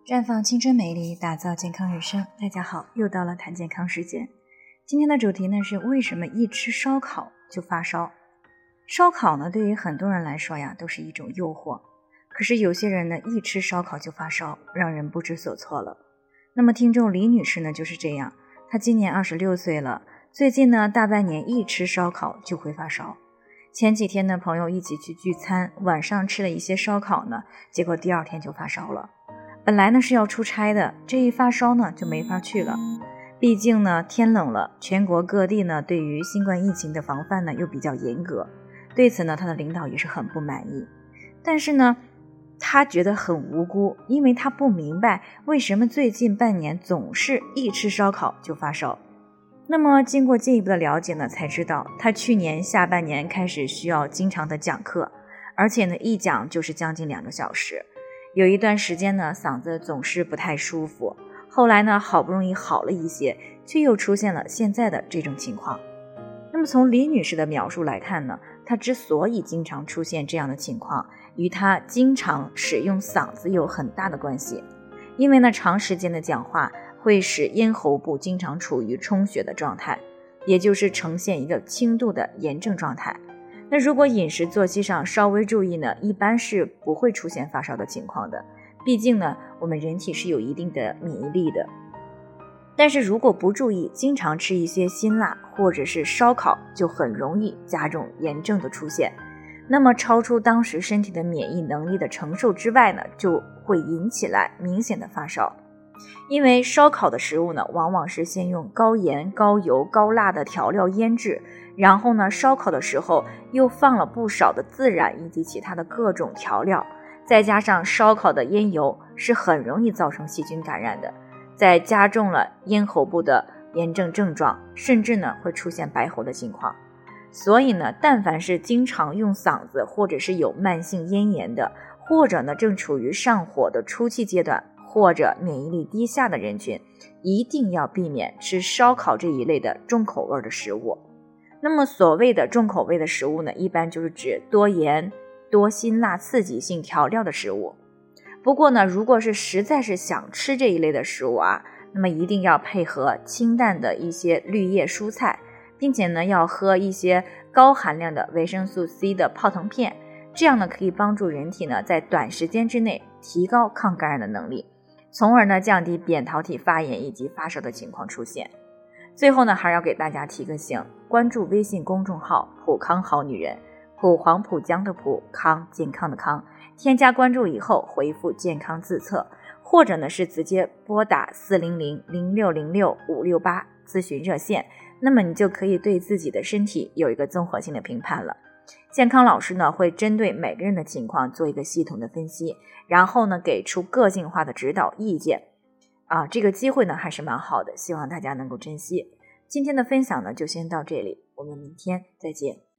绽放青春美丽，打造健康人生。大家好，又到了谈健康时间。今天的主题呢是为什么一吃烧烤就发烧。烧烤呢对于很多人来说呀都是一种诱惑，可是有些人呢一吃烧烤就发烧，让人不知所措了。那么听众李女士呢就是这样，她今年26岁了，最近呢大半年一吃烧烤就会发烧。前几天呢朋友一起去聚餐，晚上吃了一些烧烤呢，结果第二天就发烧了。本来呢是要出差的，这一发烧呢就没法去了。毕竟呢天冷了，全国各地呢对于新冠疫情的防范呢又比较严格，对此呢他的领导也是很不满意。但是呢他觉得很无辜，因为他不明白为什么最近半年总是一吃烧烤就发烧。那么经过进一步的了解呢，才知道他去年下半年开始需要经常的讲课，而且呢一讲就是将近2个小时。有一段时间呢嗓子总是不太舒服，后来呢好不容易好了一些，却又出现了现在的这种情况。那么从李女士的描述来看呢，她之所以经常出现这样的情况，与她经常使用嗓子有很大的关系。因为呢长时间的讲话会使咽喉部经常处于充血的状态，也就是呈现一个轻度的炎症状态。那如果饮食作息上稍微注意呢，一般是不会出现发烧的情况的。毕竟呢我们人体是有一定的免疫力的。但是如果不注意，经常吃一些辛辣或者是烧烤，就很容易加重炎症的出现。那么超出当时身体的免疫能力的承受之外呢，就会引起来明显的发烧。因为烧烤的食物呢，往往是先用高盐、高油、高辣的调料腌制，然后呢烧烤的时候又放了不少的孜然以及其他的各种调料，再加上烧烤的烟油是很容易造成细菌感染的，再加重了咽喉部的炎症症状，甚至呢会出现白喉的情况。所以呢但凡是经常用嗓子，或者是有慢性咽炎的，或者呢正处于上火的初期阶段，或者免疫力低下的人群，一定要避免吃烧烤这一类的重口味的食物。那么所谓的重口味的食物呢，一般就是指多盐、多辛辣刺激性调料的食物。不过呢如果是实在是想吃这一类的食物啊，那么一定要配合清淡的一些绿叶蔬菜，并且呢要喝一些高含量的维生素 C 的泡腾片，这样呢可以帮助人体呢在短时间之内提高抗感染的能力，从而呢降低扁桃体发炎以及发烧的情况出现。最后呢还要给大家提个醒，关注微信公众号普康好女人，普黄浦江的普，康健康的康，添加关注以后回复健康自测，或者呢是直接拨打400-0606-568咨询热线，那么你就可以对自己的身体有一个综合性的评判了。健康老师呢会针对每个人的情况做一个系统的分析，然后呢给出个性化的指导意见。这个机会呢还是蛮好的，希望大家能够珍惜。今天的分享呢就先到这里，我们明天再见。